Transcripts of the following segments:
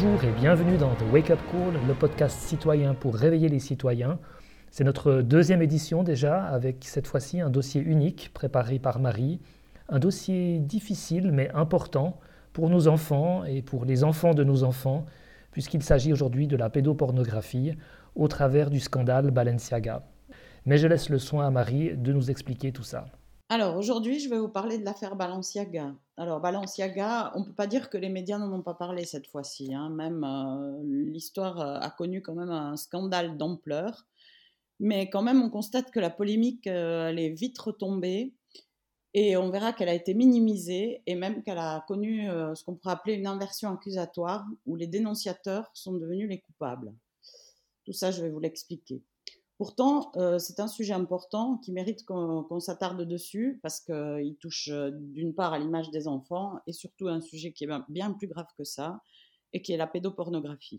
Bonjour et bienvenue dans The Wake Up Call, le podcast citoyen pour réveiller les citoyens. C'est notre deuxième édition déjà, avec cette fois-ci un dossier unique préparé par Marie. Un dossier difficile mais important pour nos enfants et pour les enfants de nos enfants, puisqu'il s'agit aujourd'hui de la pédopornographie au travers du scandale Balenciaga. Mais je laisse le soin à Marie de nous expliquer tout ça. Alors aujourd'hui, je vais vous parler de l'affaire Balenciaga. Alors Balenciaga, on ne peut pas dire que les médias n'en ont pas parlé cette fois-ci. Même l'histoire a connu quand même un scandale d'ampleur. Mais quand même, on constate que la polémique, elle est vite retombée. Et on verra qu'elle a été minimisée et même qu'elle a connu ce qu'on pourrait appeler une inversion accusatoire où les dénonciateurs sont devenus les coupables. Tout ça, je vais vous l'expliquer. Pourtant, c'est un sujet important qui mérite qu'on s'attarde dessus parce qu'il touche d'une part à l'image des enfants et surtout à un sujet qui est bien plus grave que ça et qui est la pédopornographie.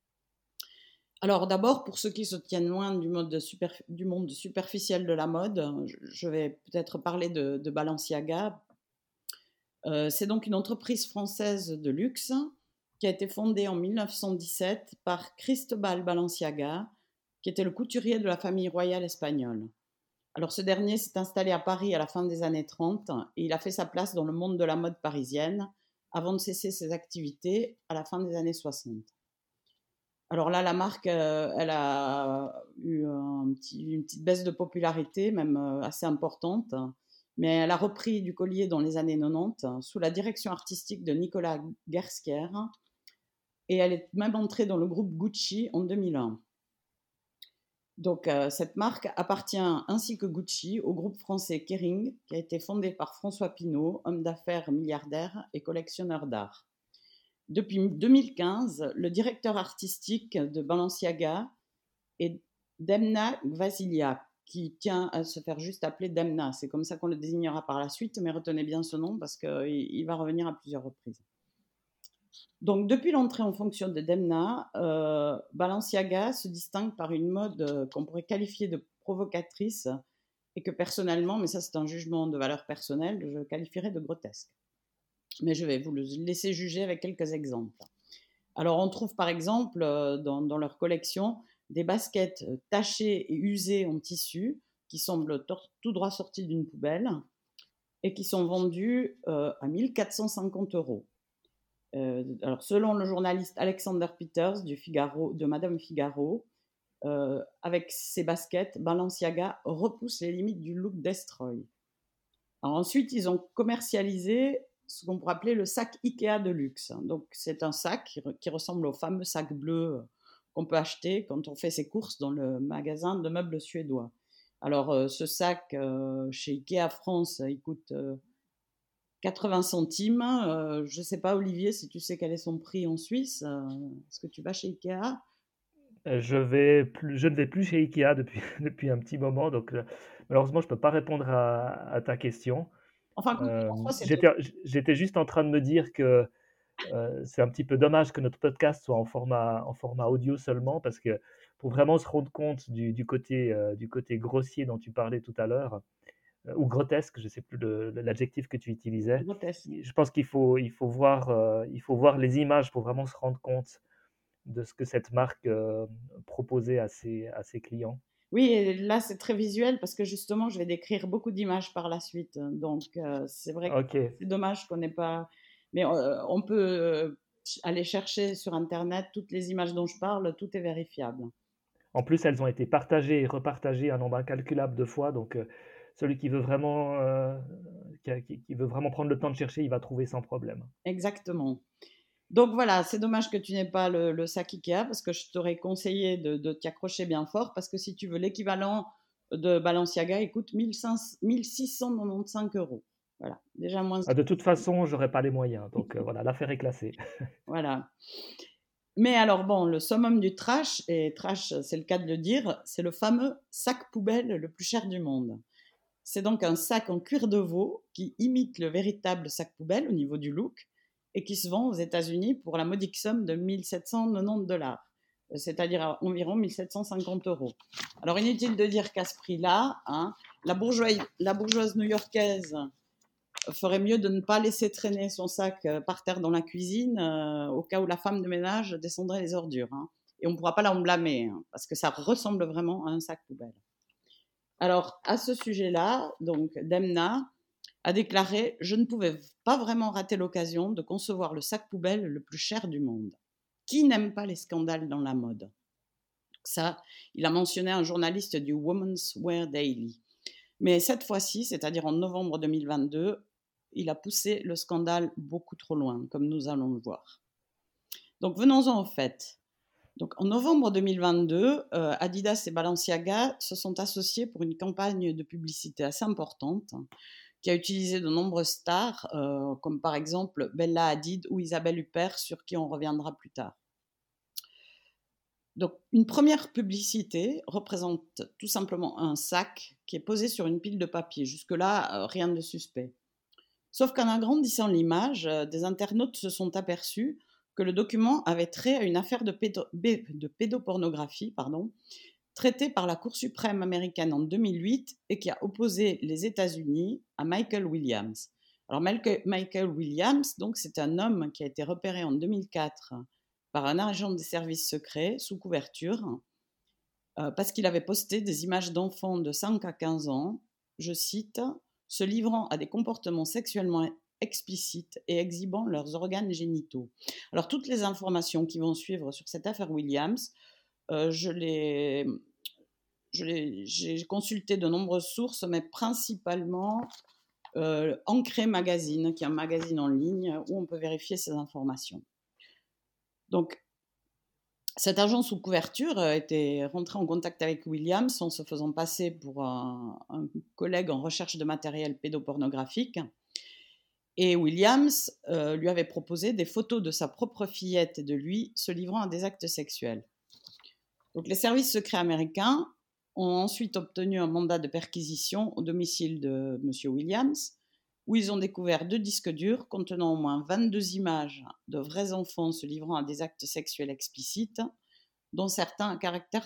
Alors d'abord, pour ceux qui se tiennent loin du monde superficiel de la mode, je vais peut-être parler de Balenciaga. C'est donc une entreprise française de luxe qui a été fondée en 1917 par Cristobal Balenciaga, qui était le couturier de la famille royale espagnole. Alors ce dernier s'est installé à Paris à la fin des années 30 et il a fait sa place dans le monde de la mode parisienne avant de cesser ses activités à la fin des années 60. Alors là, la marque, elle a eu une petite baisse de popularité, même assez importante, mais elle a repris du collier dans les années 90 sous la direction artistique de Nicolas Guerskier et elle est même entrée dans le groupe Gucci en 2001. Donc, cette marque appartient, ainsi que Gucci, au groupe français Kering, qui a été fondé par François Pinault, homme d'affaires milliardaire et collectionneur d'art. Depuis 2015, le directeur artistique de Balenciaga est Demna Gvasalia, qui tient à se faire juste appeler Demna. C'est comme ça qu'on le désignera par la suite, mais retenez bien ce nom parce qu'il va revenir à plusieurs reprises. Donc, depuis l'entrée en fonction de Demna, Balenciaga se distingue par une mode qu'on pourrait qualifier de provocatrice et que personnellement, mais ça c'est un jugement de valeur personnelle, je qualifierais de grotesque. Mais je vais vous le laisser juger avec quelques exemples. Alors, on trouve par exemple dans leur collection des baskets tachées et usées en tissu qui semblent tout droit sorties d'une poubelle et qui sont vendues à 1 450 €. Alors, selon le journaliste Alexander Peters de Madame Figaro, avec ses baskets, Balenciaga repousse les limites du look destroy. Alors ensuite, ils ont commercialisé ce qu'on pourrait appeler le sac Ikea de luxe. Donc, c'est un sac qui ressemble au fameux sac bleu qu'on peut acheter quand on fait ses courses dans le magasin de meubles suédois. Alors, ce sac, chez Ikea France, il coûte 80 centimes. Je ne sais pas, Olivier, si tu sais quel est son prix en Suisse. Est-ce que tu vas chez Ikea ? Je ne vais plus chez Ikea depuis, depuis un petit moment, donc malheureusement, je ne peux pas répondre à ta question. Enfin, quoi qu'il en soit, c'est J'étais juste en train de me dire que c'est un petit peu dommage que notre podcast soit en format audio seulement, parce que pour vraiment se rendre compte du côté grossier dont tu parlais tout à l'heure, ou grotesque, je ne sais plus l'adjectif que tu utilisais, grotesque. je pense il faut voir les images pour vraiment se rendre compte de ce que cette marque proposait à ses clients. Oui, et là, c'est très visuel parce que justement, je vais décrire beaucoup d'images par la suite. Donc, c'est vrai que Ok. c'est dommage qu'on n'ait pas. Mais on peut aller chercher sur Internet toutes les images dont je parle, tout est vérifiable. En plus, elles ont été partagées et repartagées un nombre incalculable de fois, donc celui qui veut vraiment, qui veut vraiment prendre le temps de chercher, il va trouver sans problème. Exactement. Donc voilà, c'est dommage que tu n'aies pas le sac Ikea parce que je t'aurais conseillé de t'y accrocher bien fort parce que si tu veux l'équivalent de Balenciaga, il coûte 1695 €. Voilà, déjà moins. Ah, de toute façon, j'aurais pas les moyens, donc voilà, l'affaire est classée. Voilà. Mais alors bon, le summum du trash, et trash, c'est le cas de le dire, c'est le fameux sac poubelle le plus cher du monde. C'est donc un sac en cuir de veau qui imite le véritable sac poubelle au niveau du look et qui se vend aux États-Unis pour la modique somme de 1 790 $, c'est-à-dire environ 1 750 €. Alors inutile de dire qu'à ce prix-là, la bourgeoise new-yorkaise ferait mieux de ne pas laisser traîner son sac par terre dans la cuisine au cas où la femme de ménage descendrait les ordures. Hein. Et on ne pourra pas l'en blâmer, hein, parce que ça ressemble vraiment à un sac poubelle. Alors, à ce sujet-là, donc, Demna a déclaré « Je ne pouvais pas vraiment rater l'occasion de concevoir le sac poubelle le plus cher du monde. Qui n'aime pas les scandales dans la mode ?» Ça, il a mentionné un journaliste du Women's Wear Daily. Mais cette fois-ci, c'est-à-dire en novembre 2022, il a poussé le scandale beaucoup trop loin, comme nous allons le voir. Donc venons-en au fait. Donc, en novembre 2022, Adidas et Balenciaga se sont associés pour une campagne de publicité assez importante qui a utilisé de nombreuses stars, comme par exemple Bella Hadid ou Isabelle Huppert, sur qui on reviendra plus tard. Donc, une première publicité représente tout simplement un sac qui est posé sur une pile de papier. Jusque-là, rien de suspect. Sauf qu'en agrandissant l'image, des internautes se sont aperçus que le document avait trait à une affaire de pédopornographie traitée par la Cour suprême américaine en 2008 et qui a opposé les États-Unis à Michael Williams. Alors Michael Williams, donc, c'est un homme qui a été repéré en 2004 par un agent des services secrets sous couverture parce qu'il avait posté des images d'enfants de 5 à 15 ans, je cite, se livrant à des comportements sexuellement explicites et exhibant leurs organes génitaux. Alors, toutes les informations qui vont suivre sur cette affaire Williams, j'ai consulté de nombreuses sources, mais principalement Ancré Magazine, qui est un magazine en ligne où on peut vérifier ces informations. Donc, cet agent sous couverture était rentré en contact avec Williams en se faisant passer pour un collègue en recherche de matériel pédopornographique. Et Williams lui avait proposé des photos de sa propre fillette et de lui se livrant à des actes sexuels. Donc, les services secrets américains ont ensuite obtenu un mandat de perquisition au domicile de M. Williams, où ils ont découvert 2 disques durs contenant au moins 22 images de vrais enfants se livrant à des actes sexuels explicites, dont certains à caractère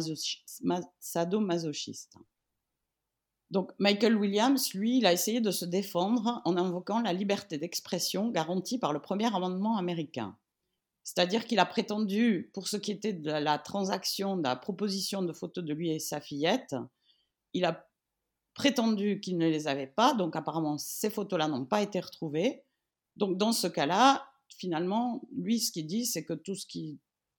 sadomasochiste. Donc Michael Williams, lui, il a essayé de se défendre en invoquant la liberté d'expression garantie par le premier amendement américain. C'est-à-dire qu'il a prétendu, pour ce qui était de la transaction, de la proposition de photos de lui et sa fillette, il a prétendu qu'il ne les avait pas, donc apparemment ces photos-là n'ont pas été retrouvées. Donc dans ce cas-là, finalement, lui, ce qu'il dit, c'est que tout ce qu'il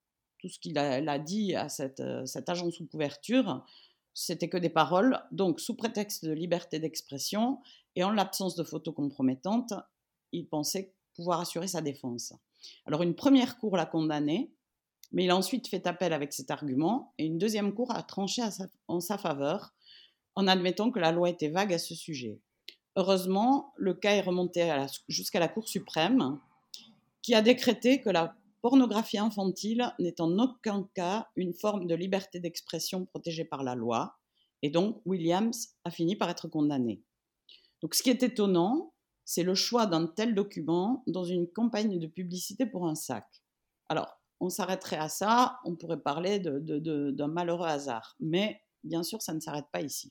a dit à cet agent sous couverture, c'était que des paroles. Donc, sous prétexte de liberté d'expression et en l'absence de photos compromettantes, il pensait pouvoir assurer sa défense. Alors, une première cour l'a condamné, mais il a ensuite fait appel avec cet argument et une deuxième cour a tranché en sa faveur en admettant que la loi était vague à ce sujet. Heureusement, le cas est remonté jusqu'à la Cour suprême qui a décrété que la pornographie infantile n'est en aucun cas une forme de liberté d'expression protégée par la loi, et donc Williams a fini par être condamné. Donc ce qui est étonnant, c'est le choix d'un tel document dans une campagne de publicité pour un sac. Alors, on s'arrêterait à ça, on pourrait parler d'un malheureux hasard, mais bien sûr, ça ne s'arrête pas ici.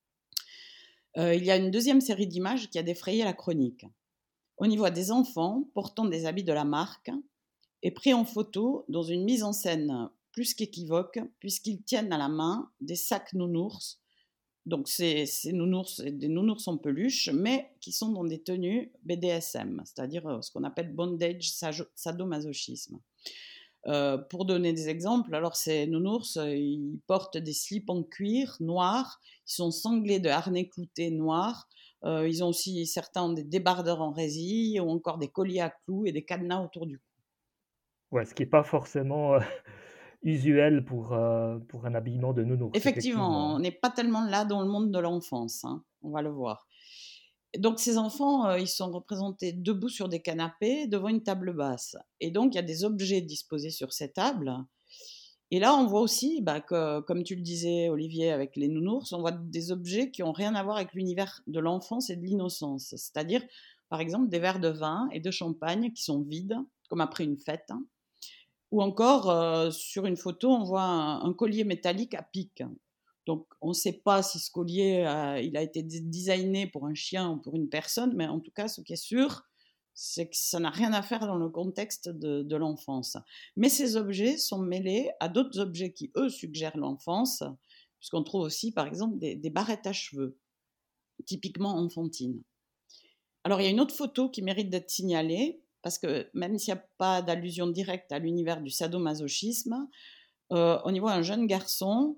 Il y a une deuxième série d'images qui a défrayé la chronique. On y voit des enfants portant des habits de la marque et pris en photo dans une mise en scène plus qu'équivoque, puisqu'ils tiennent à la main des sacs nounours. Donc, ces nounours, des nounours en peluche, mais qui sont dans des tenues BDSM, c'est-à-dire ce qu'on appelle bondage sadomasochisme. Pour donner des exemples, alors ces nounours, ils portent des slips en cuir noirs, ils sont sanglés de harnais cloutés noirs, ils ont aussi certains ont des débardeurs en résille ou encore des colliers à clous et des cadenas autour du cou. Ouais, ce qui est pas forcément, usuel pour un habillement de nounours, Effectivement, effectivement, on hein. n'est pas tellement là dans le monde de l'enfance, hein, on va le voir. Donc ces enfants, ils sont représentés debout sur des canapés devant une table basse et donc il y a des objets disposés sur ces tables et là on voit aussi, que comme tu le disais Olivier avec les nounours, on voit des objets qui ont rien à voir avec l'univers de l'enfance et de l'innocence. C'est-à-dire, par exemple, des verres de vin et de champagne qui sont vides, comme après une fête, hein. Ou encore, sur une photo, on voit un collier métallique à pic. Donc, on ne sait pas si ce collier, il a été designé pour un chien ou pour une personne, mais en tout cas, ce qui est sûr, c'est que ça n'a rien à faire dans le contexte de l'enfance. Mais ces objets sont mêlés à d'autres objets qui, eux, suggèrent l'enfance, puisqu'on trouve aussi, par exemple, des barrettes à cheveux, typiquement enfantines. Alors, il y a une autre photo qui mérite d'être signalée, parce que même s'il n'y a pas d'allusion directe à l'univers du sadomasochisme, on y voit un jeune garçon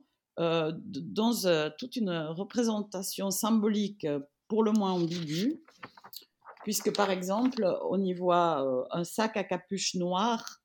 dans toute une représentation symbolique pour le moins ambiguë, puisque par exemple, on y voit un sac à capuche noire.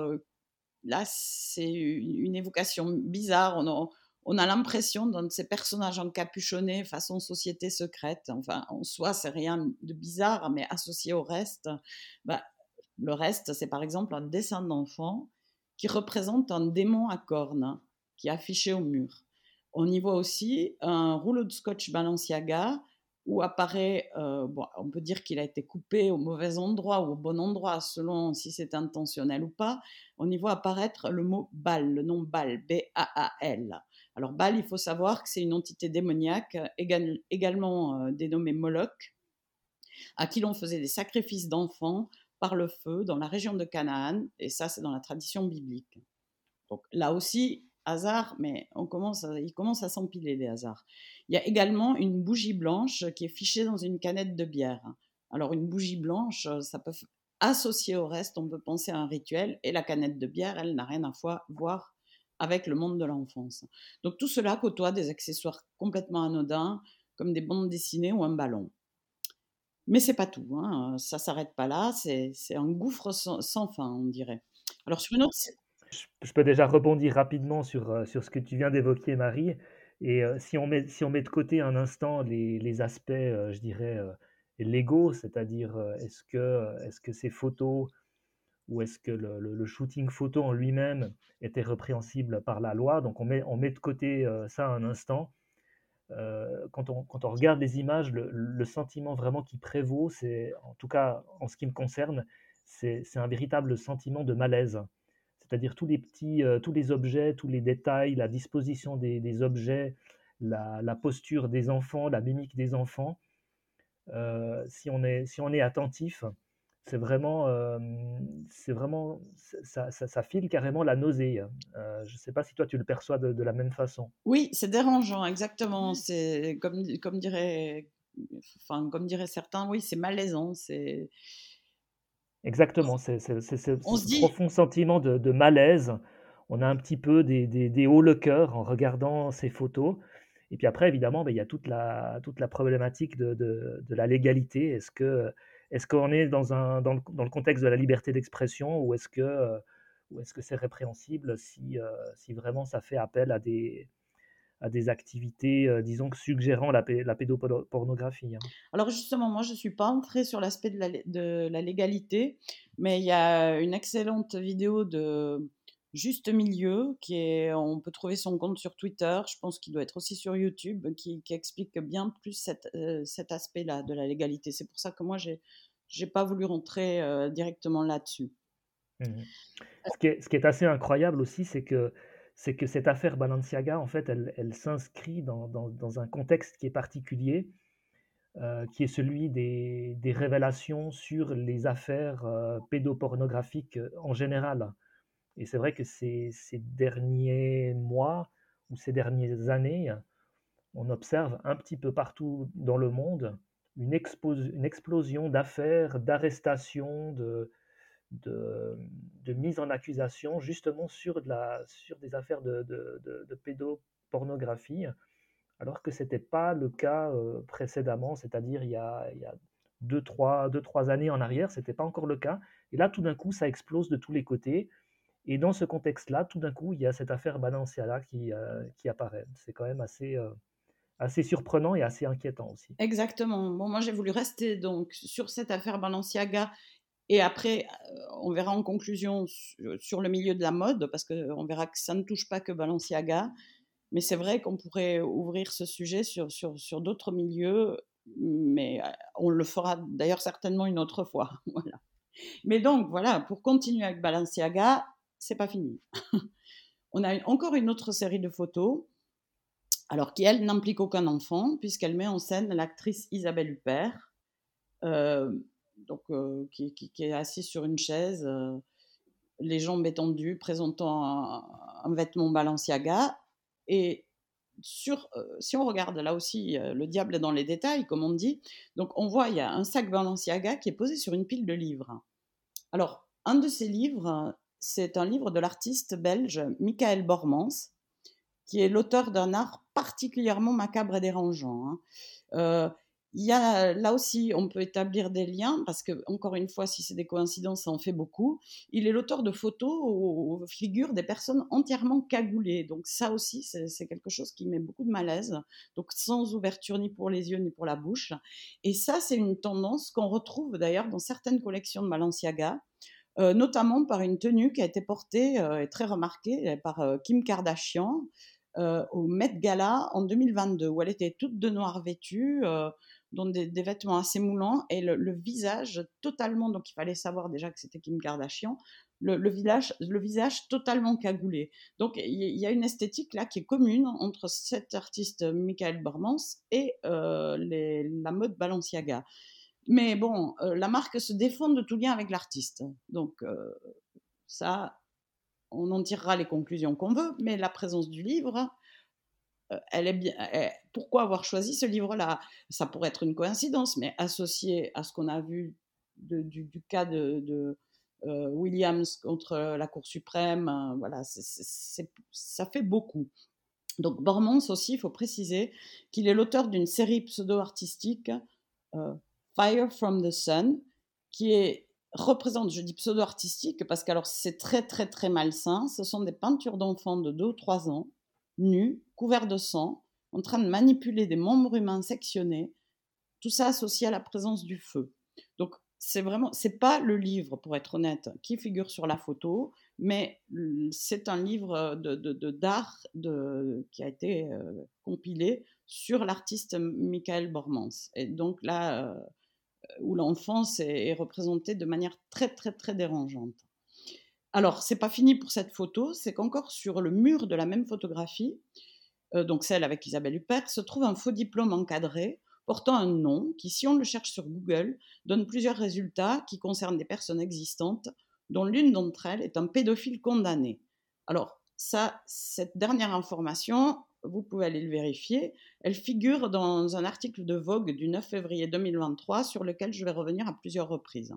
Là, c'est une évocation bizarre. On a l'impression d'un de ces personnages encapuchonnés façon société secrète. Enfin, en soi, c'est rien de bizarre, mais associé au reste, bah, le reste, c'est par exemple un dessin d'enfant qui représente un démon à cornes qui est affiché au mur. On y voit aussi un rouleau de scotch Balenciaga où apparaît, on peut dire qu'il a été coupé au mauvais endroit ou au bon endroit selon si c'est intentionnel ou pas. On y voit apparaître le mot Baal, le nom Baal, B-A-A-L. Alors Baal, il faut savoir que c'est une entité démoniaque également dénommée Moloch, à qui l'on faisait des sacrifices d'enfants par le feu dans la région de Canaan, et ça c'est dans la tradition biblique. Donc là aussi, hasard, mais il commence à s'empiler les hasards. Il y a également une bougie blanche qui est fichée dans une canette de bière. Alors une bougie blanche, ça peut associer au reste, on peut penser à un rituel, et la canette de bière, elle n'a rien à voir avec le monde de l'enfance. Donc tout cela côtoie des accessoires complètement anodins, comme des bandes dessinées ou un ballon. Mais c'est pas tout, hein, ça s'arrête pas là, c'est un gouffre sans fin, on dirait. Alors sur une autre Je peux déjà rebondir rapidement sur ce que tu viens d'évoquer, Marie. Et si on met de côté un instant les aspects, je dirais, légaux, c'est-à-dire est-ce que ces photos ou est-ce que le shooting photo en lui-même était répréhensible par la loi? Donc on met de côté ça un instant. Quand on regarde les images, le sentiment vraiment qui prévaut, c'est, en tout cas en ce qui me concerne, c'est un véritable sentiment de malaise. C'est-à-dire tous les objets, tous les détails, la disposition des objets, la posture des enfants, la mimique des enfants. Si on est attentif, c'est vraiment, ça file carrément la nausée. Je ne sais pas si toi tu le perçois de la même façon. Oui, c'est dérangeant, exactement. C'est comme diraient certains, oui, c'est malaisant. Exactement, c'est On ce se dit, profond sentiment de malaise. On a un petit peu des hauts le cœur en regardant ces photos. Et puis après, évidemment, il y a toute la problématique de la légalité. Est-ce qu'on est dans le contexte de la liberté d'expression ou est-ce que c'est répréhensible si vraiment ça fait appel à des activités, disons que suggérant la pédopornographie, hein. alors justement, moi, je ne suis pas entrée sur l'aspect de la légalité, mais il y a une excellente vidéo de Juste Milieu on peut trouver son compte sur Twitter, je pense qu'il doit être aussi sur YouTube, qui explique bien plus cet aspect-là de la légalité. C'est pour ça que moi, j'ai pas voulu rentrer directement là-dessus. Mmh. Ce qui est assez incroyable aussi, c'est que cette affaire Balenciaga, en fait, elle s'inscrit dans un contexte qui est particulier, qui est celui des révélations sur les affaires, pédopornographiques, en général. Et c'est vrai que ces derniers mois ou ces dernières années, on observe un petit peu partout dans le monde une explosion d'affaires, d'arrestations, de, de mise en accusation justement sur des affaires de pédopornographie, alors que ce n'était pas le cas précédemment, c'est-à-dire il y a 2, 3 années en arrière, ce n'était pas encore le cas. Et là, tout d'un coup, ça explose de tous les côtés. Et dans ce contexte-là, tout d'un coup, il y a cette affaire Balenciaga qui apparaît. C'est quand même assez surprenant et assez inquiétant aussi. Exactement. Bon, moi, j'ai voulu rester donc sur cette affaire Balenciaga. Et après, on verra en conclusion sur le milieu de la mode, parce qu'on verra que ça ne touche pas que Balenciaga. Mais c'est vrai qu'on pourrait ouvrir ce sujet sur d'autres milieux, mais on le fera d'ailleurs certainement une autre fois. Voilà. Mais donc, voilà, pour continuer avec Balenciaga, c'est pas fini. On a encore une autre série de photos alors qui, elle, n'implique aucun enfant, puisqu'elle met en scène l'actrice Isabelle Huppert, qui est assise sur une chaise, les jambes étendues, présentant un vêtement Balenciaga. Et si on regarde là aussi, le diable est dans les détails, comme on dit. Donc on voit, il y a un sac Balenciaga qui est posé sur une pile de livres. Alors, un de ces livres, c'est un livre de l'artiste belge Michael Bormans, qui est l'auteur d'un art particulièrement macabre et dérangeant. Il y a, là aussi, on peut établir des liens, parce que, encore une fois, si c'est des coïncidences, ça en fait beaucoup. Il est l'auteur de photos où figurent des personnes entièrement cagoulées. Donc ça aussi, c'est quelque chose qui met beaucoup de malaise. Donc sans ouverture ni pour les yeux ni pour la bouche. Et ça, c'est une tendance qu'on retrouve d'ailleurs dans certaines collections de Balenciaga, notamment par une tenue qui a été portée et très remarquée par Kim Kardashian au Met Gala en 2022, où elle était toute de noir vêtue, dans des vêtements assez moulants, et le visage totalement, donc il fallait savoir déjà que c'était Kim Kardashian, le visage totalement cagoulé. Donc il y a une esthétique là qui est commune entre cet artiste Michael Bormans et la mode Balenciaga. Mais bon, la marque se défend de tout lien avec l'artiste. Donc ça, on en tirera les conclusions qu'on veut, mais la présence du livre, elle est bien. Pourquoi avoir choisi ce livre-là? Ça pourrait être une coïncidence, mais associé à ce qu'on a vu du cas de Williams contre la Cour suprême, voilà, ça fait beaucoup. Donc Bormans aussi, il faut préciser qu'il est l'auteur d'une série pseudo-artistique, Fire from the Sun, représente, je dis pseudo-artistique parce que alors c'est très très très malsain. Ce sont des peintures d'enfants de 2 ou 3 ans, nus, couverts de sang, en train de manipuler des membres humains sectionnés, tout ça associé à la présence du feu. Donc c'est pas le livre, pour être honnête, qui figure sur la photo, mais c'est un livre d'art qui a été compilé sur l'artiste Michael Bormans. Et donc là, où l'enfance est représentée de manière très très très dérangeante. Alors, c'est pas fini pour cette photo, c'est qu'encore sur le mur de la même photographie, donc celle avec Isabelle Huppert, se trouve un faux diplôme encadré portant un nom qui, si on le cherche sur Google, donne plusieurs résultats qui concernent des personnes existantes, dont l'une d'entre elles est un pédophile condamné. Alors, cette dernière information, vous pouvez aller le vérifier, elle figure dans un article de Vogue du 9 février 2023 sur lequel je vais revenir à plusieurs reprises.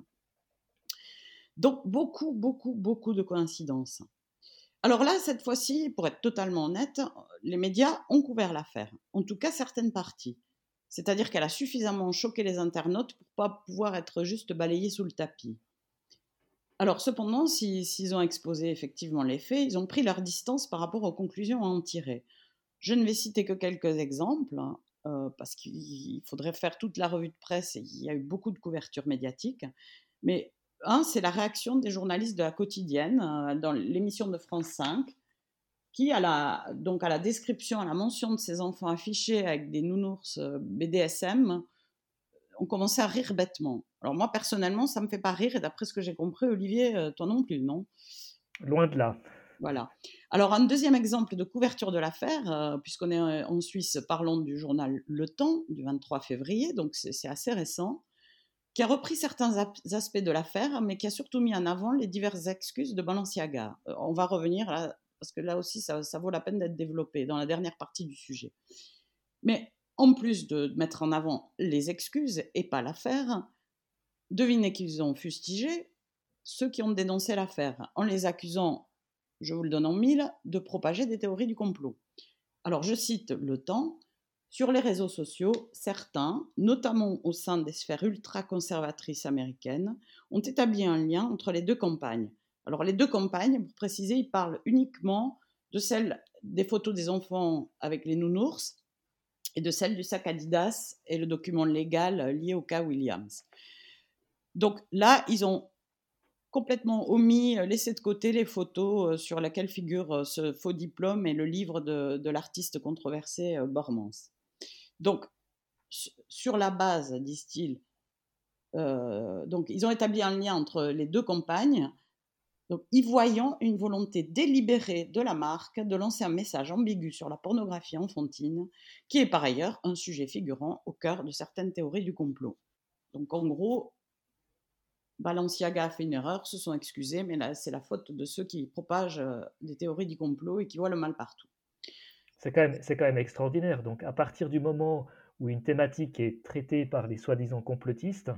Donc, beaucoup, beaucoup, beaucoup de coïncidences. Alors là, cette fois-ci, pour être totalement honnête, les médias ont couvert l'affaire, en tout cas certaines parties. C'est-à-dire qu'elle a suffisamment choqué les internautes pour ne pas pouvoir être juste balayée sous le tapis. Alors cependant, s'ils ont exposé effectivement les faits, ils ont pris leur distance par rapport aux conclusions à en tirer. Je ne vais citer que quelques exemples, parce qu'il faudrait faire toute la revue de presse et il y a eu beaucoup de couverture médiatique. Mais c'est la réaction des journalistes de la Quotidienne dans l'émission de France 5, qui, à la description, à la mention de ces enfants affichés avec des nounours BDSM, ont commencé à rire bêtement. Alors moi, personnellement, ça ne me fait pas rire, et d'après ce que j'ai compris, Olivier, toi non plus, non? Loin de là. Voilà. Alors, un deuxième exemple de couverture de l'affaire, puisqu'on est en Suisse, parlons du journal Le Temps, du 23 février, donc c'est assez récent, qui a repris certains aspects de l'affaire, mais qui a surtout mis en avant les diverses excuses de Balenciaga. On va revenir là, parce que là aussi, ça vaut la peine d'être développé dans la dernière partie du sujet. Mais en plus de mettre en avant les excuses et pas l'affaire, devinez qu'ils ont fustigé ceux qui ont dénoncé l'affaire, en les accusant, je vous le donne en mille, de propager des théories du complot. Alors je cite Le Temps: sur les réseaux sociaux, certains, notamment au sein des sphères ultra-conservatrices américaines, ont établi un lien entre les deux campagnes. Alors les deux campagnes, pour préciser, ils parlent uniquement de celle des photos des enfants avec les nounours et de celle du sac Adidas et le document légal lié au cas Williams. Donc là, ils ont complètement omis, laissé de côté les photos sur lesquelles figure ce faux diplôme et le livre de l'artiste controversé Bormans. Donc, sur la base, disent-ils, donc ils ont établi un lien entre les deux campagnes, Donc, y voyant une volonté délibérée de la marque de lancer un message ambigu sur la pornographie enfantine, qui est par ailleurs un sujet figurant au cœur de certaines théories du complot. Donc, en gros, Balenciaga a fait une erreur, se sont excusés, mais là, c'est la faute de ceux qui propagent des théories du complot et qui voient le mal partout. C'est quand même extraordinaire. Donc, à partir du moment où une thématique est traitée par les soi-disant complotistes,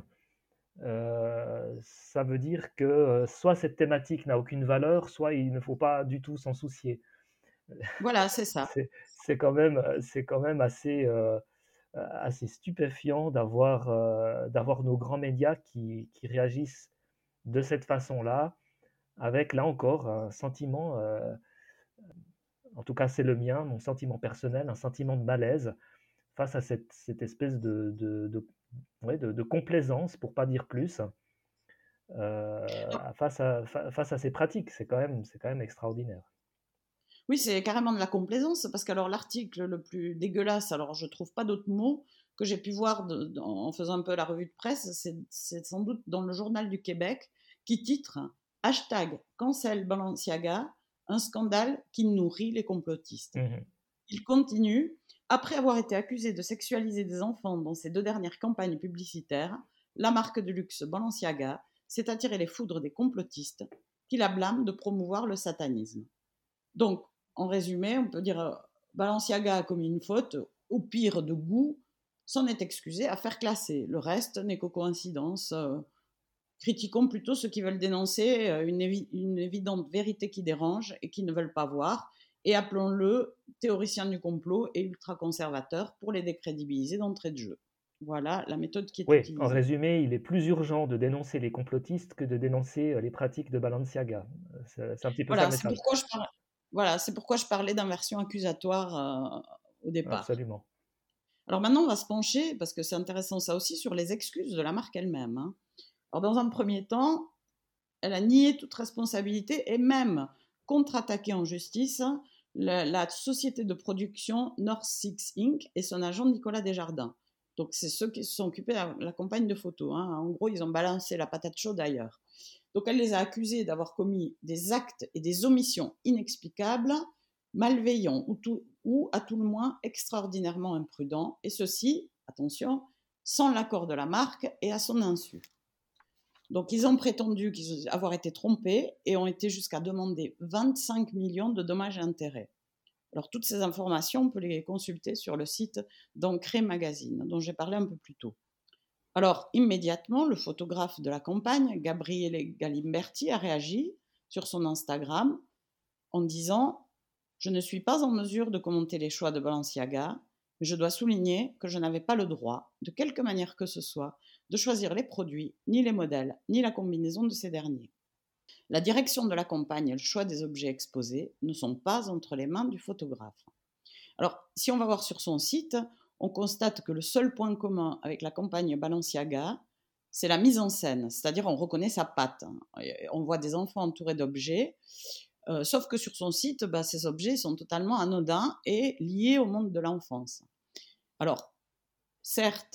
ça veut dire que soit cette thématique n'a aucune valeur, soit il ne faut pas du tout s'en soucier. Voilà, c'est ça. C'est quand même assez stupéfiant d'avoir nos grands médias qui réagissent de cette façon-là, avec là encore un sentiment, en tout cas c'est le mien, mon sentiment personnel, un sentiment de malaise face à cette espèce ouais, de complaisance, pour pas dire plus, face à ces pratiques. C'est quand même extraordinaire. Oui, c'est carrément de la complaisance, parce que alors l'article le plus dégueulasse, alors je trouve pas d'autres mots que j'ai pu voir en faisant un peu la revue de presse, c'est sans doute dans le Journal du Québec, qui titre hashtag Cancel Balenciaga, un scandale qui nourrit les complotistes. Mmh. Il continue, après avoir été accusé de sexualiser des enfants dans ses 2 dernières campagnes publicitaires, la marque de luxe Balenciaga s'est attiré les foudres des complotistes qui la blâment de promouvoir le satanisme. Donc, en résumé, on peut dire Balenciaga a commis une faute, au pire de goût, s'en est excusé à faire classer. Le reste n'est que coïncidence. Critiquons plutôt ceux qui veulent dénoncer une évidente vérité qui dérange et qui ne veulent pas voir, et appelons-le théoricien du complot et ultra-conservateur pour les décrédibiliser d'entrée de jeu. Voilà la méthode qui est Oui, en utilisée. résumé, il est plus urgent de dénoncer les complotistes que de dénoncer les pratiques de Balenciaga. C'est un petit peu ça le Voilà, message. c'est pourquoi je parlais d'inversion accusatoire au départ. Absolument. Alors maintenant, on va se pencher, parce que c'est intéressant ça aussi, sur les excuses de la marque elle-même, hein. Alors dans un premier temps, elle a nié toute responsabilité et même contre-attaqué en justice la société de production North Six Inc. et son agent Nicolas Desjardins. Donc c'est ceux qui se sont occupés de la campagne de photos, hein. En gros, ils ont balancé la patate chaude ailleurs. Donc elle les a accusés d'avoir commis des actes et des omissions inexplicables, malveillants ou à tout le moins extraordinairement imprudents, et ceci, attention, sans l'accord de la marque et à son insu. Donc ils ont prétendu avoir été trompés et ont été jusqu'à demander 25 millions de dommages et intérêts. Alors toutes ces informations, on peut les consulter sur le site d'Ancré Magazine, dont j'ai parlé un peu plus tôt. Alors immédiatement, le photographe de la campagne, Gabriele Galimberti, a réagi sur son Instagram en disant « Je ne suis pas en mesure de commenter les choix de Balenciaga, mais je dois souligner que je n'avais pas le droit, de quelque manière que ce soit, de choisir les produits, ni les modèles, ni la combinaison de ces derniers. La direction de la campagne et le choix des objets exposés ne sont pas entre les mains du photographe. » Alors, si on va voir sur son site, on constate que le seul point commun avec la campagne Balenciaga, c'est la mise en scène, c'est-à-dire on reconnaît sa patte. On voit des enfants entourés d'objets, sauf que sur son site, ces objets sont totalement anodins et liés au monde de l'enfance. Alors, certes,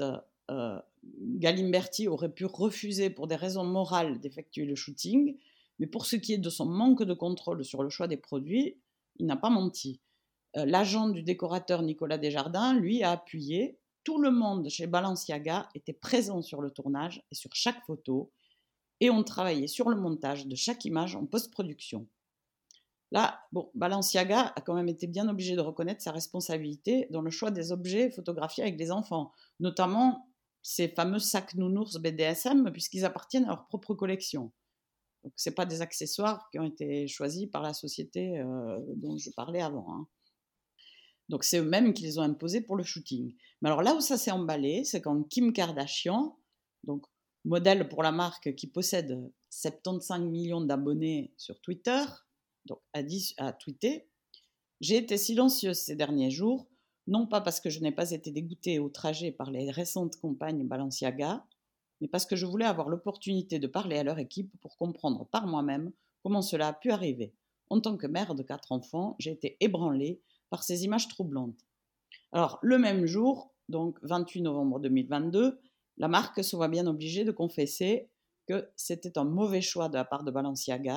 Galimberti aurait pu refuser pour des raisons morales d'effectuer le shooting, mais pour ce qui est de son manque de contrôle sur le choix des produits, il n'a pas menti. L'agent du décorateur Nicolas Desjardins, lui, a appuyé. Tout le monde chez Balenciaga était présent sur le tournage et sur chaque photo, et ont travaillé sur le montage de chaque image en post-production. Là, bon, Balenciaga a quand même été bien obligé de reconnaître sa responsabilité dans le choix des objets photographiés avec les enfants, notamment ces fameux sacs nounours BDSM, puisqu'ils appartiennent à leur propre collection. Donc, ce n'est pas des accessoires qui ont été choisis par la société dont je parlais avant, hein. Donc, c'est eux-mêmes qui les ont imposés pour le shooting. Mais alors là où ça s'est emballé, c'est quand Kim Kardashian, donc modèle pour la marque qui possède 75 millions d'abonnés sur Twitter, donc a tweeté « J'ai été silencieuse ces derniers jours, non pas parce que je n'ai pas été dégoûtée et outragée par les récentes campagnes Balenciaga, mais parce que je voulais avoir l'opportunité de parler à leur équipe pour comprendre par moi-même comment cela a pu arriver. En tant que mère de 4 enfants, j'ai été ébranlée par ces images troublantes. » Alors, le même jour, donc 28 novembre 2022, la marque se voit bien obligée de confesser que c'était un mauvais choix de la part de Balenciaga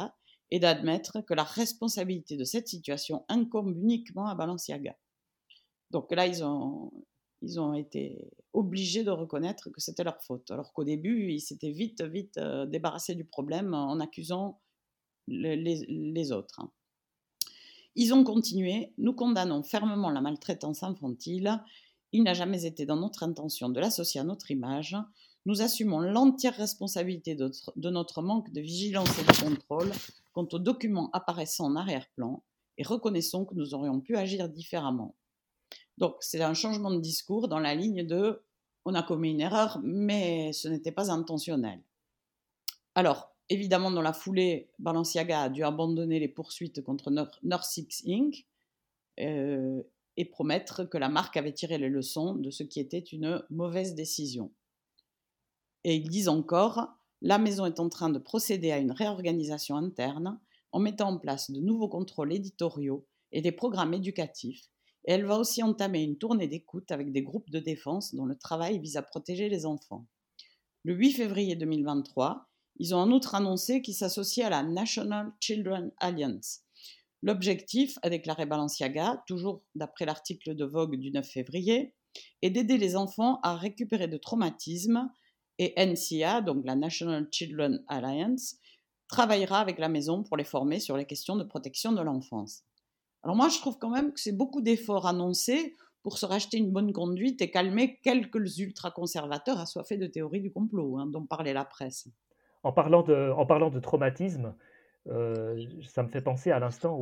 et d'admettre que la responsabilité de cette situation incombe uniquement à Balenciaga. Donc là, ils ont été obligés de reconnaître que c'était leur faute, alors qu'au début, ils s'étaient vite débarrassés du problème en accusant les autres. Ils ont continué: nous condamnons fermement la maltraitance infantile. Il n'a jamais été dans notre intention de l'associer à notre image. Nous assumons l'entière responsabilité de notre manque de vigilance et de contrôle quant aux documents apparaissant en arrière-plan et reconnaissons que nous aurions pu agir différemment. Donc, c'est un changement de discours dans la ligne de « on a commis une erreur, mais ce n'était pas intentionnel ». Alors, évidemment, dans la foulée, Balenciaga a dû abandonner les poursuites contre North Six Inc. Et promettre que la marque avait tiré les leçons de ce qui était une mauvaise décision. Et ils disent encore: la maison est en train de procéder à une réorganisation interne en mettant en place de nouveaux contrôles éditoriaux et des programmes éducatifs. Et elle va aussi entamer une tournée d'écoute avec des groupes de défense dont le travail vise à protéger les enfants. Le 8 février 2023, ils ont en outre annoncé qu'ils s'associaient à la National Children Alliance. L'objectif, a déclaré Balenciaga, toujours d'après l'article de Vogue du 9 février, est d'aider les enfants à récupérer de traumatismes et NCA, donc la National Children Alliance, travaillera avec la maison pour les former sur les questions de protection de l'enfance. Alors moi, je trouve quand même que c'est beaucoup d'efforts annoncés pour se racheter une bonne conduite et calmer quelques ultra-conservateurs assoiffés de théories du complot, dont parlait la presse. En parlant de traumatisme, ça me fait penser à l'instant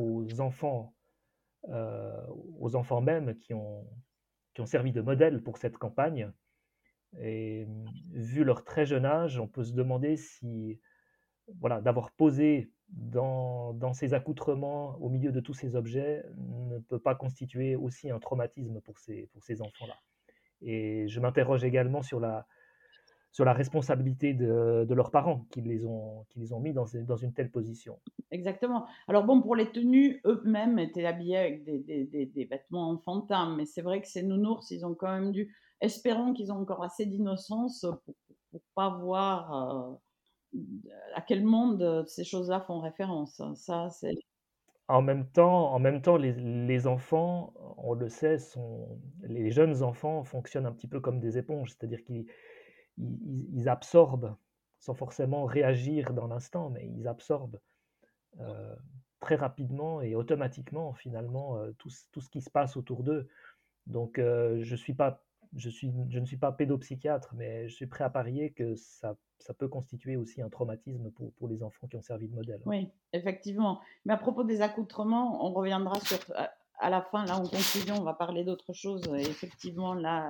aux enfants même qui ont servi de modèle pour cette campagne. Et vu leur très jeune âge, on peut se demander si, voilà, d'avoir posé dans ces accoutrements au milieu de tous ces objets ne peut pas constituer aussi un traumatisme pour ces enfants-là. Et je m'interroge également sur la responsabilité de leurs parents qui les ont mis dans une telle position. Exactement. Alors bon, pour les tenues, eux-mêmes étaient habillés avec des vêtements enfantins, mais c'est vrai que ces nounours, ils ont quand même dû, espérons qu'ils ont encore assez d'innocence pour pas voir à quel monde ces choses-là font référence. Ça, c'est... En même temps, les enfants, on le sait, les jeunes enfants fonctionnent un petit peu comme des éponges, c'est-à-dire qu'ils absorbent, sans forcément réagir dans l'instant, mais ils absorbent très rapidement et automatiquement, finalement, tout ce qui se passe autour d'eux. Donc, je ne suis pas pédopsychiatre, mais je suis prêt à parier que ça peut constituer aussi un traumatisme pour les enfants qui ont servi de modèle. Oui, effectivement. Mais à propos des accoutrements, on reviendra à la fin, là, en conclusion, on va parler d'autre chose. Et effectivement, là,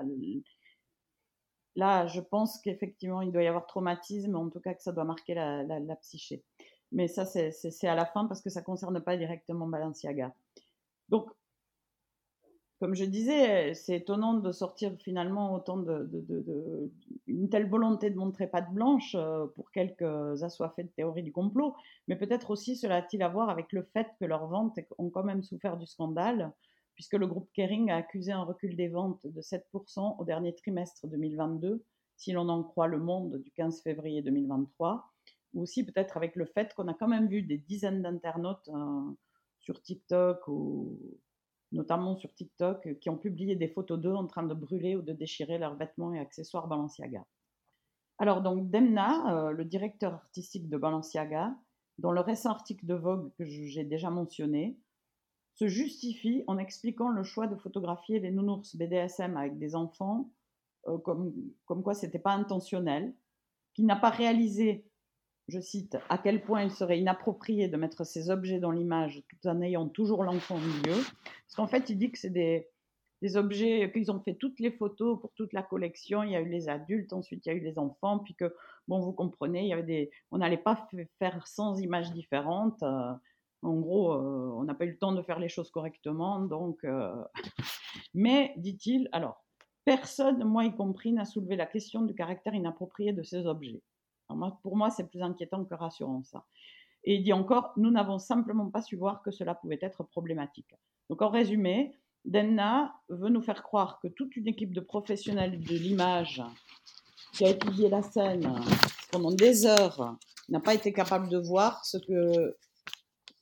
je pense qu'effectivement, il doit y avoir traumatisme, en tout cas que ça doit marquer la psyché. Mais ça, c'est à la fin parce que ça ne concerne pas directement Balenciaga. Donc, comme je disais, c'est étonnant de sortir finalement autant une telle volonté de montrer patte blanche pour quelques assoiffés de théorie du complot, mais peut-être aussi cela a-t-il à voir avec le fait que leurs ventes ont quand même souffert du scandale, puisque le groupe Kering a accusé un recul des ventes de 7% au dernier trimestre 2022, si l'on en croit Le Monde du 15 février 2023, ou aussi peut-être avec le fait qu'on a quand même vu des dizaines d'internautes sur TikTok ou notamment sur TikTok, qui ont publié des photos d'eux en train de brûler ou de déchirer leurs vêtements et accessoires Balenciaga. Alors donc Demna, le directeur artistique de Balenciaga, dans le récent article de Vogue que j'ai déjà mentionné, se justifie en expliquant le choix de photographier les nounours BDSM avec des enfants comme quoi ce n'était pas intentionnel, qu'il n'a pas réalisé, je cite, à quel point il serait inapproprié de mettre ces objets dans l'image tout en ayant toujours l'enfant au milieu. Parce qu'en fait, il dit que c'est des objets, qu'ils ont fait toutes les photos pour toute la collection. Il y a eu les adultes, ensuite il y a eu les enfants, puis que, bon, vous comprenez, il y avait on n'allait pas faire 100 images différentes. En gros, on n'a pas eu le temps de faire les choses correctement. Donc, mais, dit-il, alors, personne, moi y compris, n'a soulevé la question du caractère inapproprié de ces objets. Alors pour moi, c'est plus inquiétant que rassurant, ça. Et il dit encore, nous n'avons simplement pas su voir que cela pouvait être problématique. Donc en résumé, Demna veut nous faire croire que toute une équipe de professionnels de l'image qui a étudié la scène pendant des heures n'a pas été capable de voir ce que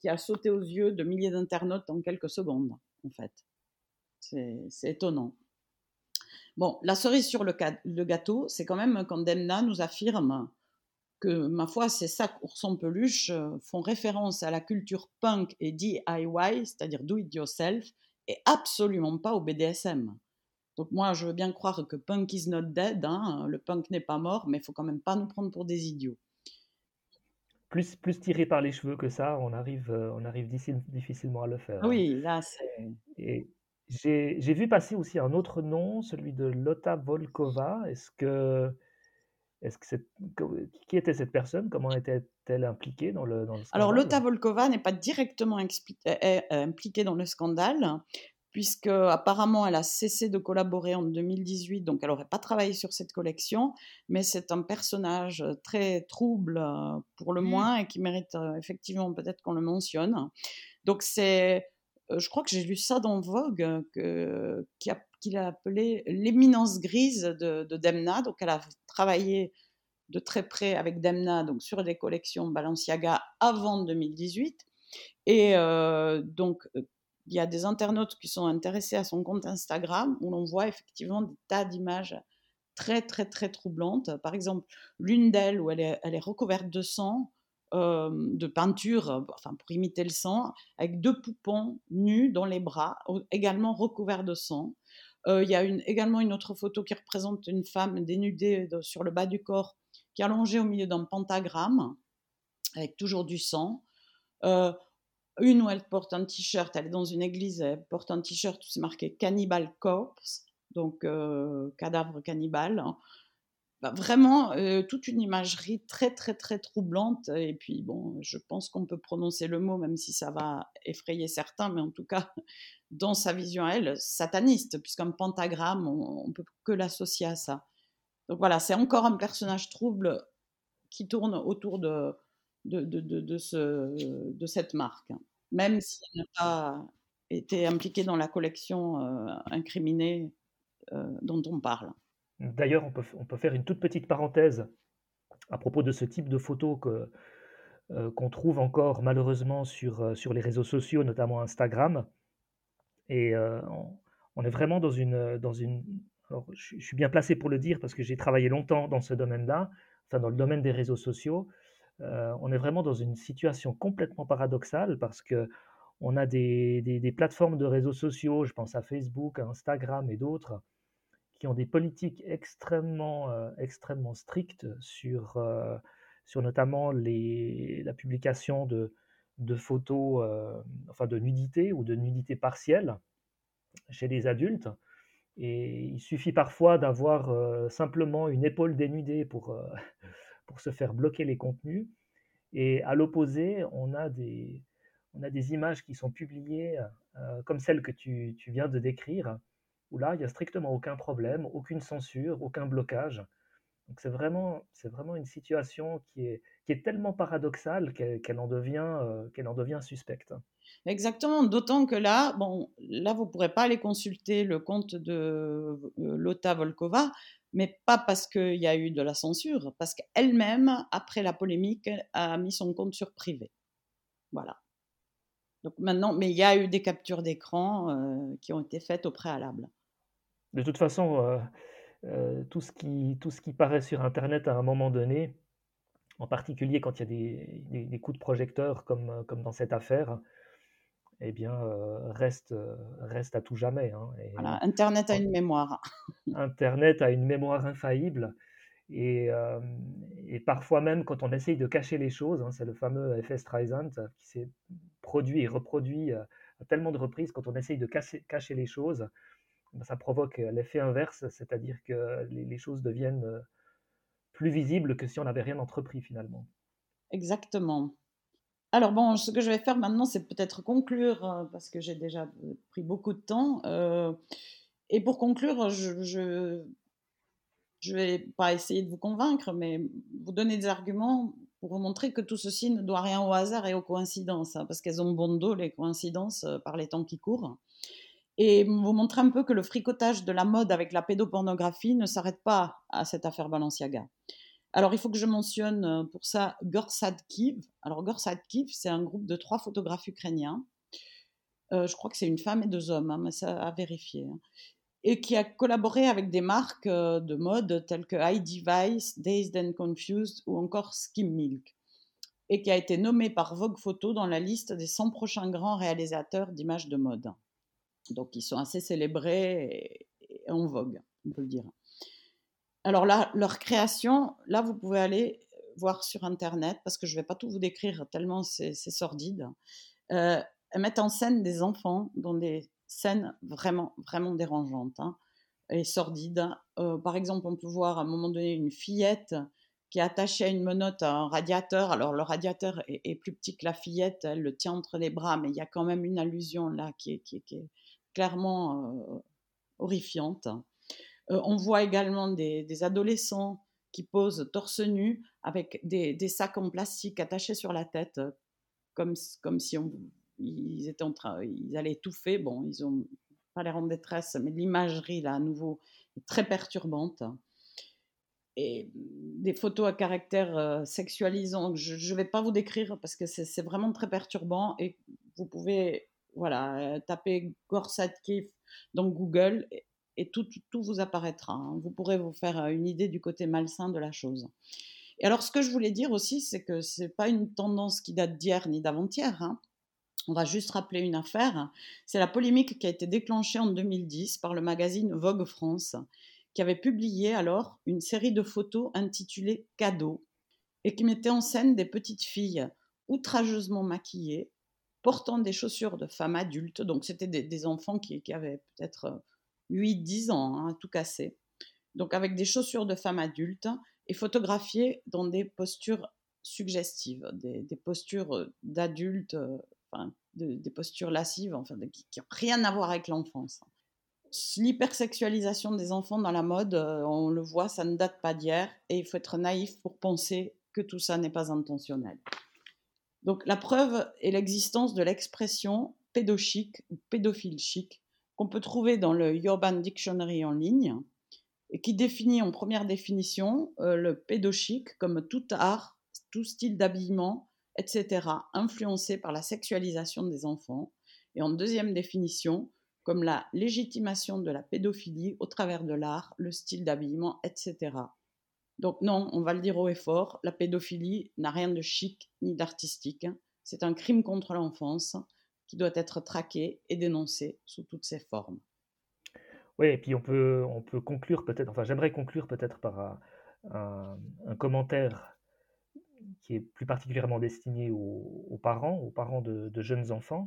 qui a sauté aux yeux de milliers d'internautes en quelques secondes, en fait. C'est étonnant. Bon, la cerise sur le gâteau, c'est quand même quand Demna nous affirme que, ma foi, ces sacs ours en peluche font référence à la culture punk et DIY, c'est-à-dire do it yourself, et absolument pas au BDSM. Donc moi, je veux bien croire que punk is not dead, hein, le punk n'est pas mort, mais il faut quand même pas nous prendre pour des idiots. Plus tiré par les cheveux que ça, on arrive difficilement à le faire, hein. Oui, là, c'est... Et j'ai vu passer aussi un autre nom, celui de Lotta Volkova. Est-ce que c'est, qui était cette personne? Comment était-elle impliquée dans le Alors, Lotta scandale? Volkova n'est pas directement impliquée dans le scandale, puisque apparemment elle a cessé de collaborer en 2018, donc elle n'aurait pas travaillé sur cette collection, mais c'est un personnage très trouble pour le moins et qui mérite effectivement peut-être qu'on le mentionne. Donc je crois que j'ai lu ça dans Vogue, qu'il a appelé l'éminence grise de Demna, donc elle a travaillé de très près avec Demna, donc sur des collections Balenciaga avant 2018. Et donc, il y a des internautes qui sont intéressés à son compte Instagram où l'on voit effectivement des tas d'images très, très, très troublantes. Par exemple, l'une d'elles où elle est recouverte de sang, de peinture, enfin pour imiter le sang, avec 2 poupons nus dans les bras, également recouverts de sang. Il y a également une autre photo qui représente une femme dénudée sur le bas du corps, qui est allongée au milieu d'un pentagramme, avec toujours du sang. Euh, une où elle porte un t-shirt, elle est dans une église, elle porte un t-shirt où c'est marqué Cannibal Corpse, donc cadavre cannibale. Bah, vraiment, toute une imagerie très, très, très troublante. Et puis, bon, je pense qu'on peut prononcer le mot, même si ça va effrayer certains, mais en tout cas, dans sa vision à elle, sataniste, puisqu'un pentagramme, on ne peut que l'associer à ça. Donc voilà, c'est encore un personnage trouble qui tourne autour de cette marque, même si elle n'a pas été impliquée dans la collection incriminée dont on parle. D'ailleurs, on peut faire une toute petite parenthèse à propos de ce type de photos qu'on trouve encore malheureusement sur les réseaux sociaux, notamment Instagram. Et on est vraiment dans une alors je suis bien placé pour le dire parce que j'ai travaillé longtemps dans ce domaine-là, enfin dans le domaine des réseaux sociaux. On est vraiment dans une situation complètement paradoxale parce qu'on a des plateformes de réseaux sociaux, je pense à Facebook, à Instagram et d'autres, qui ont des politiques extrêmement strictes sur notamment la publication de photos, enfin de nudité ou de nudité partielle chez les adultes. Et il suffit parfois d'avoir simplement une épaule dénudée pour se faire bloquer les contenus. Et à l'opposé, on a des images qui sont publiées comme celles que tu viens de décrire, où là, il n'y a strictement aucun problème, aucune censure, aucun blocage. Donc c'est vraiment une situation qui est tellement paradoxale qu'elle en devient suspecte. Exactement, d'autant que là, bon, là, vous ne pourrez pas aller consulter le compte de Lotta Volkova, mais pas parce qu'il y a eu de la censure, parce qu'elle-même, après la polémique, a mis son compte sur privé. Voilà. Donc maintenant, mais il y a eu des captures d'écran qui ont été faites au préalable. De toute façon, tout ce qui paraît sur Internet à un moment donné, en particulier quand il y a des coups de projecteur comme dans cette affaire, eh bien, reste à tout jamais, hein. Voilà, Et Internet a en une mémoire. internet a une mémoire infaillible et parfois même quand on essaye de cacher les choses, hein, c'est le fameux effet Streisand qui s'est produit et reproduit, à tellement de reprises. Quand on essaye de cacher les choses, bah, ça provoque, l'effet inverse, c'est-à-dire que les choses deviennent, plus visibles que si on n'avait rien entrepris finalement. Exactement. Alors bon, ce que je vais faire maintenant, c'est peut-être conclure, parce que j'ai déjà pris beaucoup de temps. Et pour conclure, je vais pas essayer de vous convaincre, mais vous donner des arguments pour vous montrer que tout ceci ne doit rien au hasard et aux coïncidences, hein, parce qu'elles ont bon dos, les coïncidences, par les temps qui courent. Et vous montrer un peu que le fricotage de la mode avec la pédopornographie ne s'arrête pas à cette affaire Balenciaga. Alors, il faut que je mentionne pour ça Gorsad Kiv. Alors, Gorsad Kiv, c'est un groupe de 3 photographes ukrainiens. Je crois que c'est une femme et 2 hommes, hein, mais ça à vérifier, hein, et qui a collaboré avec des marques de mode telles que iDevice, Dazed and Confused ou encore Skim Milk, et qui a été nommé par Vogue Photo dans la liste des 100 prochains grands réalisateurs d'images de mode. Donc, ils sont assez célébrés et en vogue, on peut le dire. Alors là, leur création, là, vous pouvez aller voir sur Internet, parce que je ne vais pas tout vous décrire tellement c'est sordide. Elles mettent en scène des enfants dans des scènes vraiment, vraiment dérangeantes, hein, et sordides. Par exemple, on peut voir à un moment donné une fillette qui est attachée à une menotte à un radiateur. Alors, le radiateur est plus petit que la fillette, elle le tient entre les bras, mais il y a quand même une allusion là qui est clairement horrifiante. On voit également des adolescents qui posent torse nu avec des sacs en plastique attachés sur la tête, comme si ils étaient ils allaient étouffer. Bon, ils ont pas l'air en détresse, mais l'imagerie là à nouveau est très perturbante. Et des photos à caractère sexualisant, je ne vais pas vous décrire parce que c'est vraiment très perturbant. Et vous pouvez voilà, taper Gorsadkiv dans Google et tout vous apparaîtra, hein. Vous pourrez vous faire une idée du côté malsain de la chose. Et alors, ce que je voulais dire aussi, c'est que ce n'est pas une tendance qui date d'hier ni d'avant-hier, hein. On va juste rappeler une affaire. C'est la polémique qui a été déclenchée en 2010 par le magazine Vogue France, qui avait publié alors une série de photos intitulée Cadeaux et qui mettait en scène des petites filles outrageusement maquillées, portant des chaussures de femmes adultes. Donc, c'était des enfants qui avaient peut-être 8-10 ans, hein, tout cassé. Donc, avec des chaussures de femmes adultes et photographiées dans des postures suggestives, des postures d'adultes, enfin, des postures lascives, enfin, qui n'ont rien à voir avec l'enfance. L'hypersexualisation des enfants dans la mode, on le voit, ça ne date pas d'hier, et il faut être naïf pour penser que tout ça n'est pas intentionnel. Donc la preuve est l'existence de l'expression pédochic ou pédophile chic qu'on peut trouver dans le Urban Dictionary en ligne et qui définit en première définition le pédochic comme tout art, tout style d'habillement, etc., influencé par la sexualisation des enfants. Et en deuxième définition, comme la légitimation de la pédophilie au travers de l'art, le style d'habillement, etc. Donc non, on va le dire haut et fort, la pédophilie n'a rien de chic ni d'artistique. C'est un crime contre l'enfance qui doit être traqué et dénoncé sous toutes ses formes. Oui, et puis on peut conclure peut-être, enfin j'aimerais conclure peut-être par un commentaire qui est plus particulièrement destiné aux parents de jeunes enfants,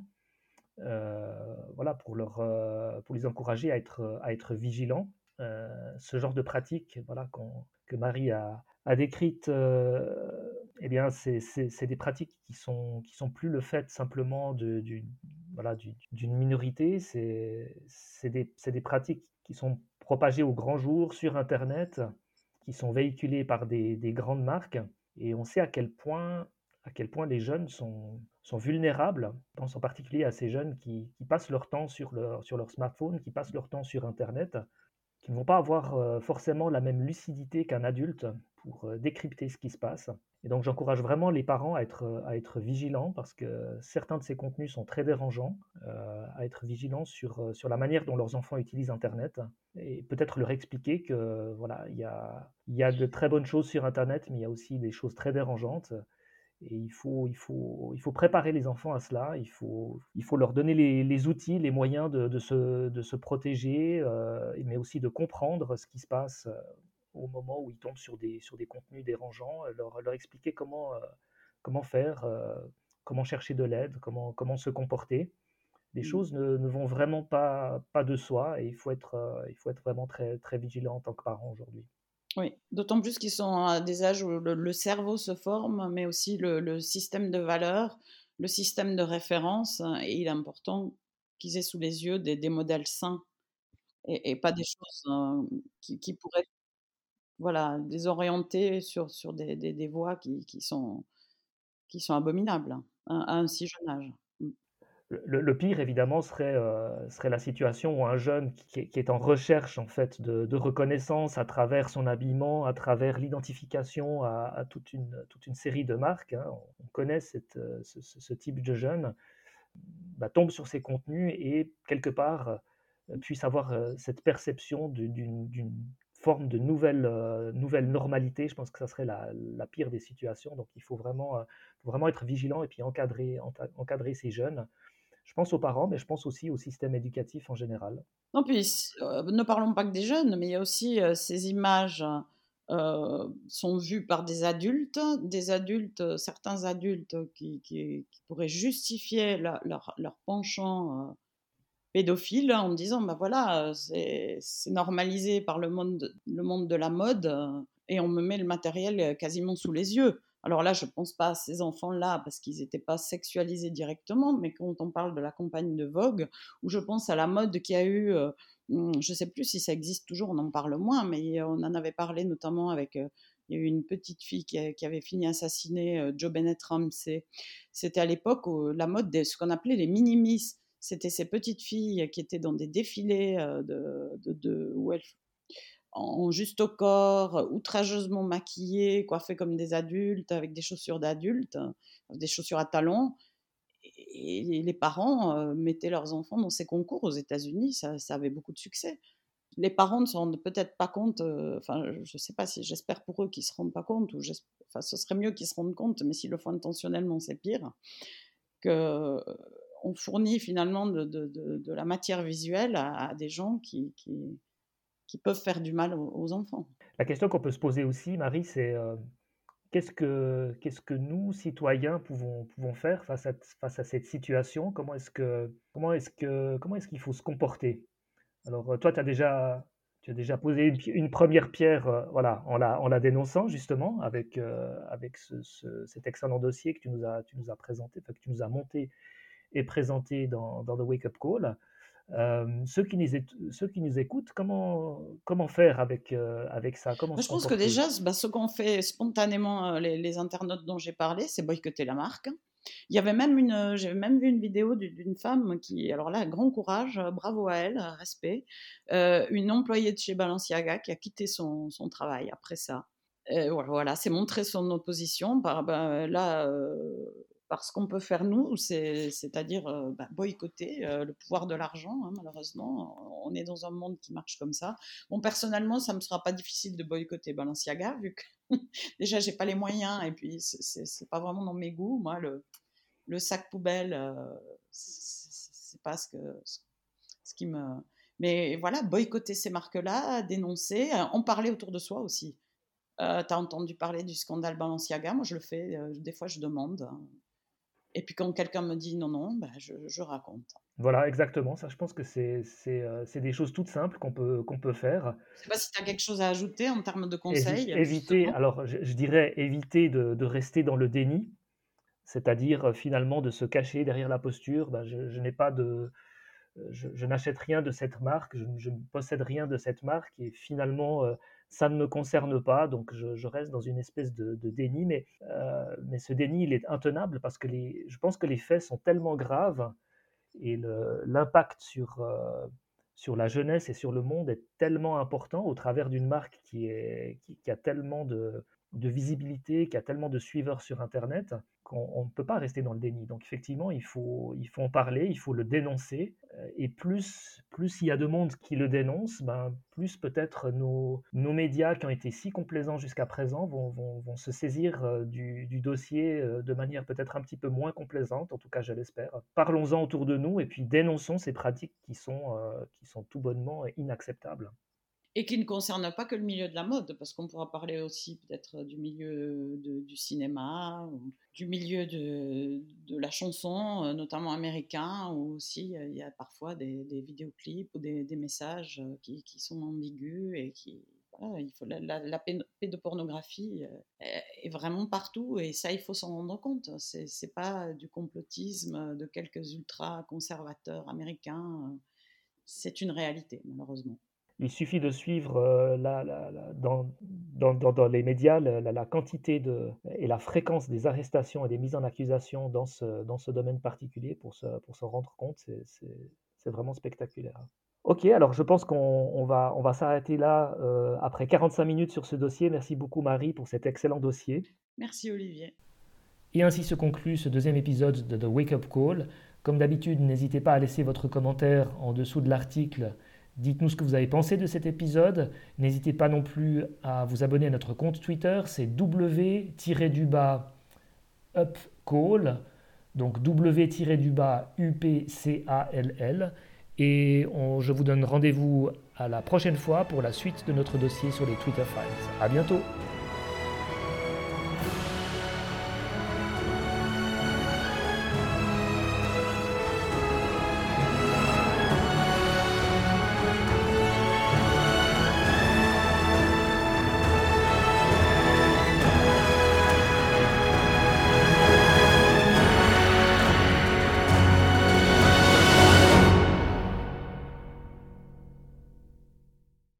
voilà, pour les encourager à être vigilants. Ce genre de pratique, voilà, que Marie a décrite, eh bien, c'est des pratiques qui sont plus le fait simplement voilà, d'une minorité, c'est des pratiques qui sont propagées au grand jour sur Internet, qui sont véhiculées par des grandes marques, et on sait à quel point les jeunes sont vulnérables. Je pense en particulier à ces jeunes qui passent leur temps sur leur smartphone, qui passent leur temps sur Internet, qui ne vont pas avoir forcément la même lucidité qu'un adulte pour décrypter ce qui se passe. Et donc j'encourage vraiment les parents à être vigilants parce que certains de ces contenus sont très dérangeants, à être vigilants sur la manière dont leurs enfants utilisent Internet et peut-être leur expliquer que voilà, il y a de très bonnes choses sur Internet, mais il y a aussi des choses très dérangeantes. Et il faut préparer les enfants à cela, il faut leur donner les outils, les moyens de se protéger, mais aussi de comprendre ce qui se passe au moment où ils tombent sur des contenus dérangeants, leur expliquer comment faire, comment chercher de l'aide, comment se comporter. Les Mm. choses ne vont vraiment pas de soi et il faut être vraiment très, très vigilant en tant que parent aujourd'hui. Oui, d'autant plus qu'ils sont à des âges où le cerveau se forme, mais aussi le système de valeurs, le système de référence, et il est important qu'ils aient sous les yeux des modèles sains et pas des choses qui pourraient voilà, les orienter sur des voies qui sont abominables, hein, à un si jeune âge. Mm. Le pire, évidemment, serait la situation où un jeune qui est en recherche, en fait, de reconnaissance à travers son habillement, à travers l'identification à toute une série de marques, hein. On connaît ce type de jeune, bah, tombe sur ces contenus et quelque part, puisse avoir, cette perception d'une forme de nouvelle normalité. Je pense que ça serait la pire des situations. Donc il faut vraiment être vigilant et puis encadrer ces jeunes. Je pense aux parents, mais je pense aussi au système éducatif en général. Non, puis ne parlons pas que des jeunes, mais il y a aussi, ces images, sont vues par des adultes, certains adultes qui pourraient justifier leur penchant, pédophile en disant: «Bah, voilà, c'est normalisé par le monde de la mode, et on me met le matériel, quasiment sous les yeux». Alors là, je pense pas à ces enfants-là parce qu'ils étaient pas sexualisés directement, mais quand on parle de la campagne de Vogue, ou je pense à la mode qu'il y a eu, je sais plus si ça existe toujours, on en parle moins, mais on en avait parlé notamment avec, il y a eu une petite fille qui avait fini assassinée, Jo Bennett Ramsey. C'était à l'époque où la mode de ce qu'on appelait les mini-miss. C'était ces petites filles qui étaient dans des défilés, où elles en juste au corps, outrageusement maquillées, coiffées comme des adultes, avec des chaussures d'adultes, des chaussures à talons, et les parents, mettaient leurs enfants dans ces concours aux États-Unis, ça avait beaucoup de succès. Les parents ne se rendent peut-être pas compte, enfin, je sais pas, si j'espère pour eux qu'ils se rendent pas compte, enfin, ce serait mieux qu'ils se rendent compte, mais s'ils le font intentionnellement, c'est pire, qu'on fournit finalement de la matière visuelle à des gens qui peuvent faire du mal aux enfants. La question qu'on peut se poser aussi, Marie, c'est, qu'est-ce que nous, citoyens, pouvons faire face à cette situation? Comment est-ce qu'il faut se comporter? Alors, toi, tu as déjà posé une première pierre, voilà, en la dénonçant justement avec cet excellent dossier que tu nous as présenté, enfin, que tu nous as monté et présenté dans The Wake Up Call. Ceux qui nous écoutent, comment faire avec ça? Comment Moi, se je pense que comporter? déjà, ce qu'ont fait spontanément, les internautes dont j'ai parlé, c'est boycotter la marque. Il y avait même j'avais même vu une vidéo d'une femme qui, alors là, grand courage, bravo à elle, respect, une employée de chez Balenciaga qui a quitté son travail après ça. Voilà, c'est montrer son opposition là, par ce qu'on peut faire nous, c'est-à-dire, boycotter, le pouvoir de l'argent, hein, malheureusement. On est dans un monde qui marche comme ça. Bon, personnellement, ça me sera pas difficile de boycotter Balenciaga, vu que déjà j'ai pas les moyens, et puis c'est pas vraiment dans mes goûts. Moi, le sac poubelle, c'est pas ce qui me. Mais voilà, boycotter ces marques-là, dénoncer, en parler autour de soi aussi. Tu as entendu parler du scandale Balenciaga? Moi, je le fais, des fois, je demande, hein. Et puis quand quelqu'un me dit non, non, bah, je raconte. Voilà, exactement, ça je pense que c'est des choses toutes simples qu'on peut faire. Je sais pas si tu as quelque chose à ajouter en termes de conseils, Éviter, justement? alors je dirais éviter de rester dans le déni, c'est-à-dire, finalement de se cacher derrière la posture. Ben, je n'ai pas de je n'achète rien de cette marque, je ne possède rien de cette marque et finalement, ça ne me concerne pas, donc je reste dans une espèce de déni, mais ce déni, il est intenable parce que je pense que les faits sont tellement graves et l'impact sur la jeunesse et sur le monde est tellement important au travers d'une marque qui a tellement de visibilité, qui a tellement de suiveurs sur Internet, qu'on ne peut pas rester dans le déni. Donc effectivement, il faut en parler, il faut le dénoncer. Et plus il y a de monde qui le dénonce, ben, plus peut-être nos médias qui ont été si complaisants jusqu'à présent vont se saisir du dossier de manière peut-être un petit peu moins complaisante, en tout cas je l'espère. Parlons-en autour de nous et puis dénonçons ces pratiques qui sont tout bonnement inacceptables. Et qui ne concerne pas que le milieu de la mode, parce qu'on pourra parler aussi peut-être du milieu du cinéma, ou du milieu de la chanson, notamment américain, où aussi il y a parfois des vidéoclips ou des messages qui sont ambigus et qui. Voilà, il faut la pédopornographie est vraiment partout, et ça, il faut s'en rendre compte. C'est pas du complotisme de quelques ultra conservateurs américains. C'est une réalité, malheureusement. Il suffit de suivre dans les médias la quantité et la fréquence des arrestations et des mises en accusation dans ce domaine particulier pour se rendre compte. C'est vraiment spectaculaire. Ok, alors je pense qu'on va s'arrêter là après 45 minutes sur ce dossier. Merci beaucoup Marie pour cet excellent dossier. Merci Olivier. Et ainsi se conclut ce deuxième épisode de The Wake Up Call. Comme d'habitude, n'hésitez pas à laisser votre commentaire en dessous de l'article. Dites-nous ce que vous avez pensé de cet épisode. N'hésitez pas non plus à vous abonner à notre compte Twitter, c'est W-UpCall, donc W-UPCALL. Et je vous donne rendez-vous à la prochaine fois pour la suite de notre dossier sur les Twitter Files. À bientôt!